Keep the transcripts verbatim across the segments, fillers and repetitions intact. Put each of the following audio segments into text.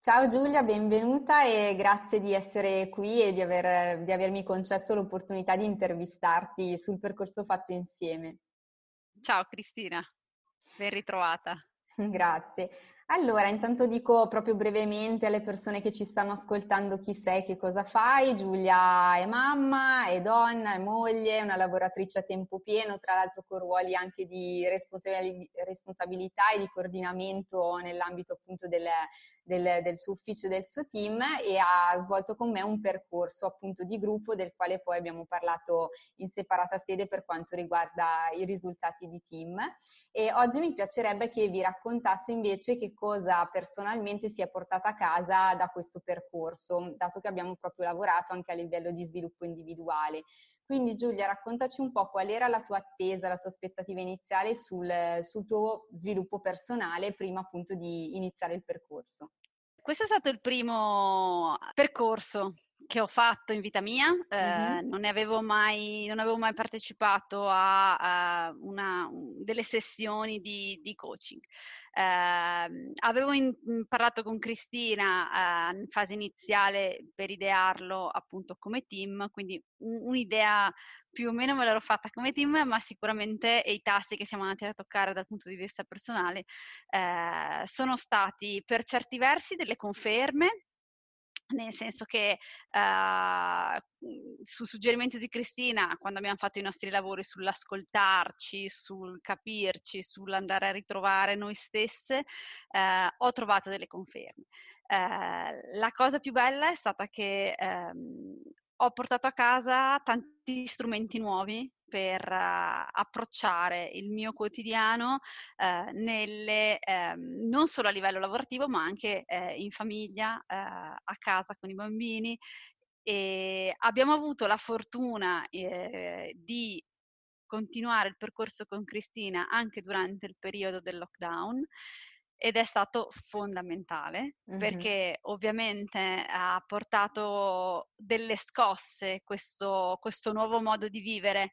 Ciao Giulia, benvenuta e grazie di essere qui e di aver- di avermi concesso l'opportunità di intervistarti sul percorso fatto insieme. Ciao Cristina, ben ritrovata. Grazie. Allora, intanto dico proprio brevemente alle persone che ci stanno ascoltando chi sei, che cosa fai. Giulia è mamma, è donna, è moglie, è una lavoratrice a tempo pieno, tra l'altro con ruoli anche di responsabili- responsabilità e di coordinamento nell'ambito appunto del, del- del suo ufficio e del suo team e ha svolto con me un percorso appunto di gruppo del quale poi abbiamo parlato in separata sede per quanto riguarda i risultati di team. E oggi mi piacerebbe che vi raccontasse invece che cosa personalmente si è portata a casa da questo percorso, dato che abbiamo proprio lavorato anche a livello di sviluppo individuale. Quindi Giulia, raccontaci un po' qual era la tua attesa, la tua aspettativa iniziale sul, sul tuo sviluppo personale prima appunto di iniziare il percorso. Questo è stato il primo percorso che ho fatto in vita mia, eh, Mhm. non ne avevo mai, non avevo mai partecipato a, a una, un- delle sessioni di, di coaching. Eh, avevo in- parlato con Cristina, eh, in fase iniziale per idearlo appunto come team, quindi un- un'idea più o meno me l'ero fatta come team, ma sicuramente i tasti che siamo andati a toccare dal punto di vista personale eh, sono stati per certi versi delle conferme, nel senso che eh, su suggerimento di Cristina, quando abbiamo fatto i nostri lavori sull'ascoltarci, sul capirci, sull'andare a ritrovare noi stesse, eh, ho trovato delle conferme. Eh, la cosa più bella è stata che ehm, ho portato a casa tanti strumenti nuovi per uh, approcciare il mio quotidiano eh, nelle, ehm, non solo a livello lavorativo, ma anche eh, in famiglia, eh, a casa con i bambini. E abbiamo avuto la fortuna eh, di continuare il percorso con Cristina anche durante il periodo del lockdown ed è stato fondamentale Mhm. perché ovviamente ha portato delle scosse questo, questo nuovo modo di vivere,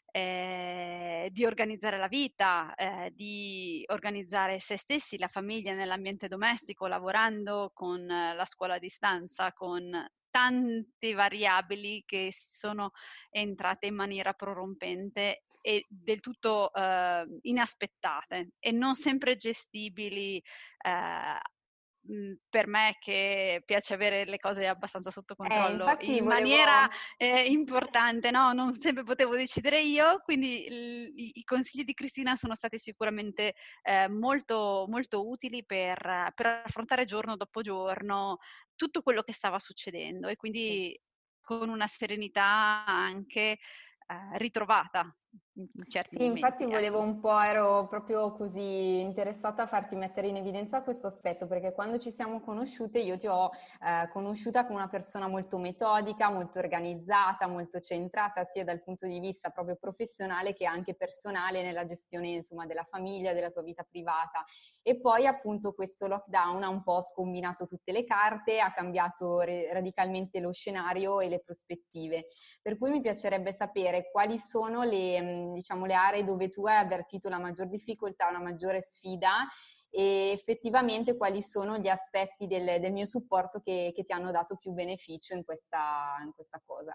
eh, di organizzare la vita, eh, di organizzare se stessi, la famiglia nell'ambiente domestico, lavorando con eh, la scuola a distanza, con tante variabili che sono entrate in maniera prorompente e del tutto eh, inaspettate e non sempre gestibili. Eh, mh, per me che piace avere le cose abbastanza sotto Eh, controllo infatti in volevo... maniera eh, importante, no? Non sempre potevo decidere io, quindi il- i, i consigli di Cristina sono stati sicuramente eh, molto, molto utili per, per affrontare giorno dopo giorno tutto quello che stava succedendo e Sì. quindi con una serenità anche eh, ritrovata in in certi Sì, infatti momenti, volevo ecco. un po', ero proprio così interessata a farti mettere in evidenza questo aspetto, perché quando ci siamo conosciute io ti ho eh, conosciuta come una persona molto metodica, molto organizzata, molto centrata sia dal punto di vista proprio professionale che anche personale nella gestione, insomma, della famiglia, della tua vita privata. E poi appunto questo lockdown ha un po' scombinato tutte le carte, ha cambiato re- radicalmente lo scenario e le prospettive. Per cui mi piacerebbe sapere quali sono le, mh, diciamo, le aree dove tu hai avvertito la maggior difficoltà, una maggiore sfida e effettivamente quali sono gli aspetti del, del mio supporto che, che ti hanno dato più beneficio in questa, in questa cosa.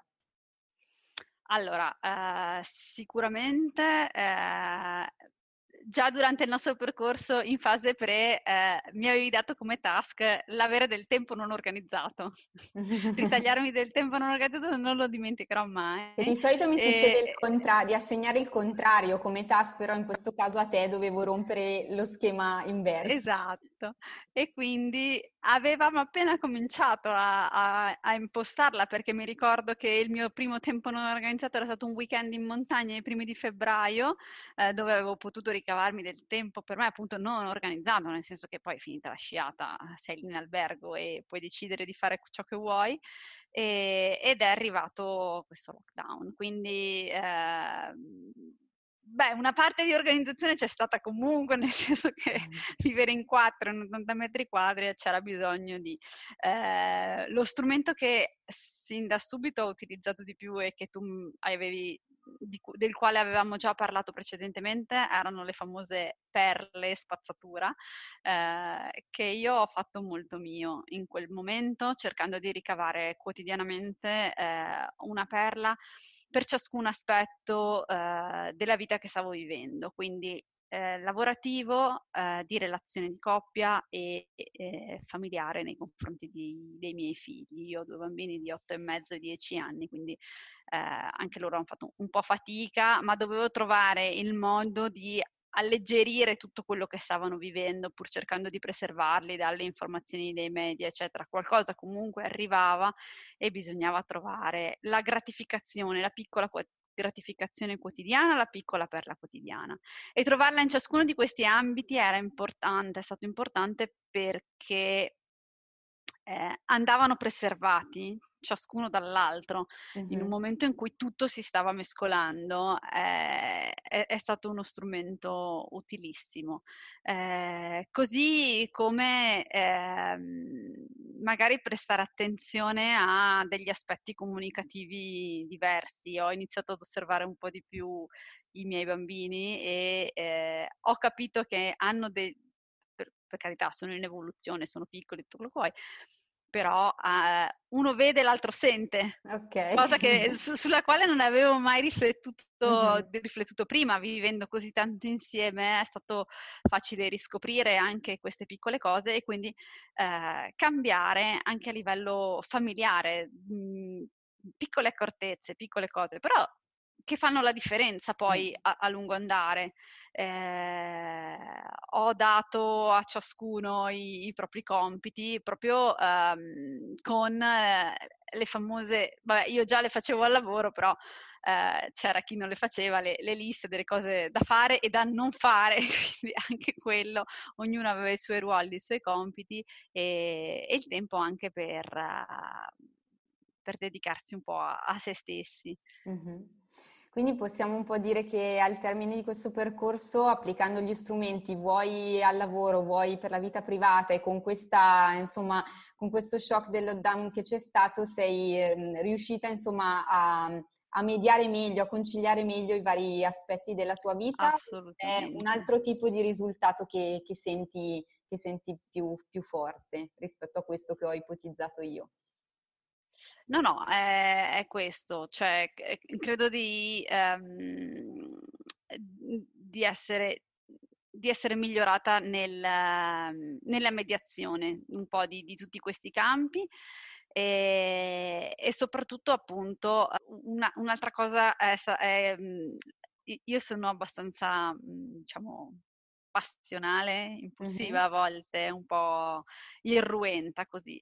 Allora, eh, sicuramente eh, già durante il nostro percorso in fase pre eh, mi avevi dato come task l'avere del tempo non organizzato. Ritagliarmi del tempo non organizzato non lo dimenticherò mai. E di solito mi succede E, il contrario, di assegnare il contrario come task, però in questo caso a te dovevo rompere lo schema inverso. Esatto, e quindi avevamo appena cominciato a, a- a impostarla perché mi ricordo che il mio primo tempo non organizzato era stato un weekend in montagna ai primi di febbraio, eh, dove avevo potuto ricavarmi del tempo per me appunto non organizzato, nel senso che poi finita la sciata sei lì in albergo e puoi decidere di fare ciò che vuoi e- ed è arrivato questo lockdown, quindi ehm, beh, una parte di organizzazione c'è stata comunque, nel senso che vivere in quattro in ottanta metri quadri c'era bisogno di eh, lo strumento che sin da subito ho utilizzato di più e che tu m- avevi di cu- del quale avevamo già parlato precedentemente, erano le famose perle spazzatura, eh, che io ho fatto molto mio in quel momento, cercando di ricavare quotidianamente eh, una perla per ciascun aspetto eh, della vita che stavo vivendo, quindi eh, lavorativo, eh, di relazione di coppia e eh, familiare nei confronti di- dei miei figli. Io ho due bambini di otto e mezzo e dieci anni, quindi eh, anche loro hanno fatto un po' fatica, ma dovevo trovare il modo di alleggerire tutto quello che stavano vivendo, pur cercando di preservarli dalle informazioni dei media, eccetera. Qualcosa comunque arrivava e bisognava trovare la gratificazione, la piccola gratificazione quotidiana, la piccola perla quotidiana. E trovarla in ciascuno di questi ambiti era importante, è stato importante perché eh, andavano preservati ciascuno dall'altro in un Mhm. momento in cui tutto si stava mescolando, eh, è, è stato uno strumento utilissimo. Eh, così come ehm, magari prestare attenzione a degli aspetti comunicativi diversi. Ho iniziato ad osservare un po' di più i miei bambini e eh, ho capito che hanno dei, per, per carità, sono in evoluzione, sono piccoli, tutto quello che vuoi, però eh, uno vede, l'altro sente, Ok. cosa che, su- sulla quale non avevo mai riflettuto, Mhm. riflettuto prima, vivendo così tanto insieme, è stato facile riscoprire anche queste piccole cose e quindi eh, cambiare anche a livello familiare, mh, piccole accortezze, piccole cose, però che fanno la differenza Mm. poi a, a lungo andare. Eh, ho dato a ciascuno i, i propri compiti proprio ehm, con eh, le famose, vabbè, io già le facevo al lavoro, però eh, c'era chi non le faceva, le, le liste delle cose da fare e da non fare, quindi anche quello, ognuno aveva i suoi ruoli, i suoi compiti e, e il tempo anche per, uh, per dedicarsi un po' a, a se stessi. Mhm. Quindi possiamo un po' dire che al termine di questo percorso, applicando gli strumenti, vuoi al lavoro, vuoi per la vita privata e con questa, insomma, con questo shock del lockdown che c'è stato, sei ehm, riuscita, insomma, a, a mediare meglio, a conciliare meglio i vari aspetti della tua vita? È un Assolutamente. altro tipo di risultato che, che senti, che senti più, più forte rispetto a questo che ho ipotizzato io? No, no, è, è questo, cioè c- credo di, ehm, di essere, di essere migliorata nel, ehm, nella mediazione un po' di, di tutti questi campi e, e soprattutto appunto una- un'altra cosa è, sa- è, mm, io sono abbastanza, mm, diciamo, passionale, impulsiva Mhm. a volte, un po' irruenta così.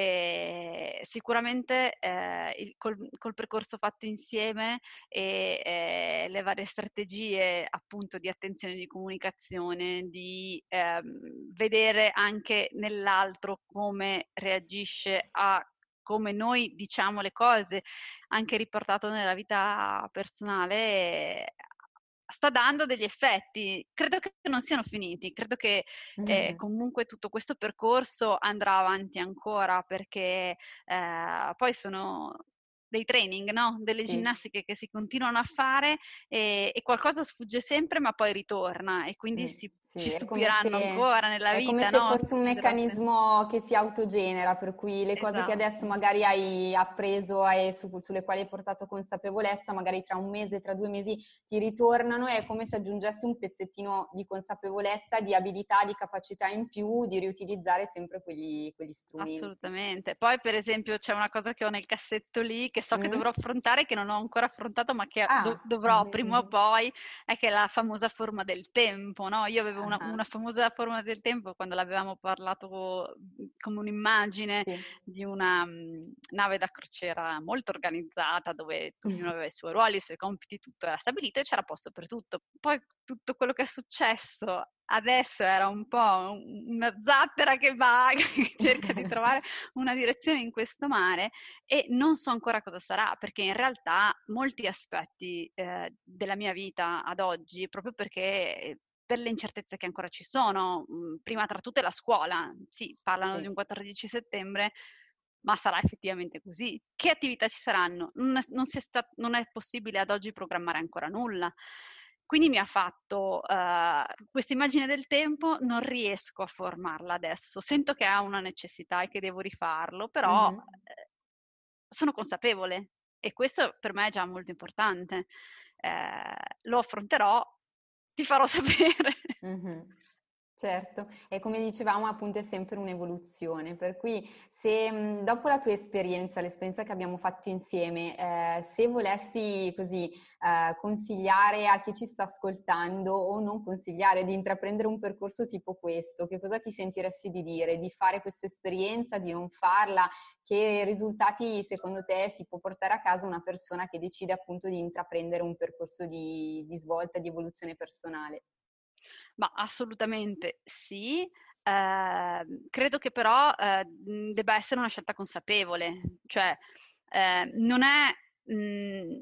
E sicuramente eh, il- col, col percorso fatto insieme e eh, le varie strategie appunto di attenzione, di comunicazione, di ehm, vedere anche nell'altro come reagisce a come noi diciamo le cose, anche riportato nella vita personale, sta dando degli effetti. Credo che non siano finiti, credo che eh, Mhm. comunque tutto questo percorso andrà avanti ancora perché eh, poi sono dei training, no? Delle Sì. ginnastiche che si continuano a fare e, e qualcosa sfugge sempre ma poi ritorna e quindi Mm, si, ci sì, è come stupiranno se, ancora nella è come vita, se no? fosse un Prenderò sempre- meccanismo che si autogenera, per cui le cose che adesso Esatto. magari hai appreso e su- sulle quali hai portato consapevolezza, magari tra un mese, tra due mesi ti ritornano, è come se aggiungessi un pezzettino di consapevolezza, di abilità, di capacità in più, di riutilizzare sempre quegli, quegli strumenti. Assolutamente. Poi, per esempio, c'è una cosa che ho nel cassetto lì che so che Mm? dovrò affrontare, che non ho ancora affrontato, ma che do- Ah, dovrò prima o poi, è che è la famosa forma del tempo, no? Io avevo una, ah, una famosa forma del tempo quando l'avevamo parlato mh, come un'immagine sì. di una mh, nave da crociera molto organizzata, dove ognuno aveva i suoi ruoli, i suoi compiti, tutto era stabilito e c'era posto per tutto. Poi tutto quello che è successo adesso era un po' un- una zattera che va, che cerca di trovare una direzione in questo mare e non so ancora cosa sarà, perché in realtà molti aspetti eh, della mia vita ad oggi, proprio perché per le incertezze che ancora ci sono, mh, prima tra tutte la scuola, sì, parlano di Sì. un quattordici settembre, ma sarà effettivamente così? Che attività ci saranno? Non è, non si è sta- non è possibile ad oggi programmare ancora nulla. Quindi mi ha fatto uh, questa immagine del tempo, non riesco a formarla adesso, sento che ha una necessità e che devo rifarlo, però Mhm. eh, sono consapevole e questo per me è già molto importante. Eh, lo affronterò, ti farò sapere. Mhm. Certo, e come dicevamo appunto è sempre un'evoluzione, per cui se mh, dopo la tua esperienza, l'esperienza che abbiamo fatto insieme, eh, se volessi così eh, consigliare a chi ci sta ascoltando o non consigliare di intraprendere un percorso tipo questo, che cosa ti sentiresti di dire? Di fare questa esperienza, di non farla? Che risultati secondo te si può portare a casa una persona che decide appunto di intraprendere un percorso di, di svolta, di evoluzione personale? Ma assolutamente sì. Ehm, credo che però, ehm, debba essere una scelta consapevole, cioè, ehm, non è, mhmm,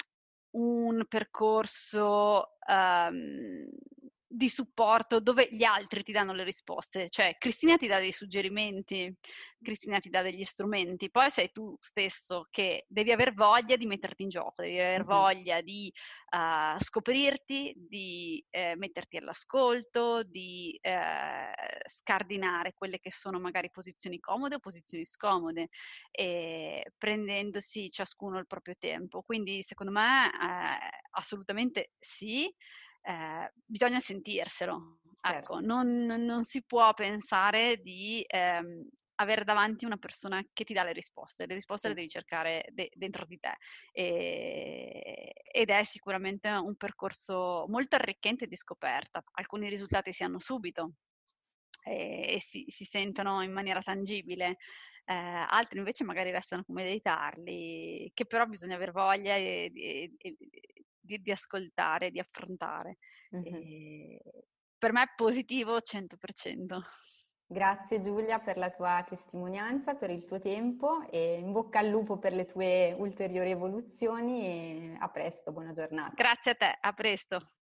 un percorso, ehm, di supporto dove gli altri ti danno le risposte. Cioè, Cristina ti dà dei suggerimenti, Cristina ti dà degli strumenti, poi sei tu stesso che devi aver voglia di metterti in gioco, devi aver Mhm. voglia di uh, scoprirti, di eh, metterti all'ascolto, di eh, scardinare quelle che sono magari posizioni comode o posizioni scomode, e prendendosi ciascuno il proprio tempo. Quindi secondo me eh, assolutamente sì. Eh, bisogna sentirselo, ecco, Certo, non, non si può pensare di ehm, avere davanti una persona che ti dà le risposte, le risposte le sì. devi cercare de- dentro di te. E, ed è sicuramente un percorso molto arricchente di scoperta. Alcuni risultati si hanno subito e, e si, si sentono in maniera tangibile, eh, altri invece magari restano come dei tarli, che però bisogna aver voglia e, e- e- di, di ascoltare, di affrontare. Mhm. E per me è positivo cento per cento. Grazie Giulia per la tua testimonianza, per il tuo tempo e in bocca al lupo per le tue ulteriori evoluzioni e a presto, buona giornata. Grazie a te, a presto.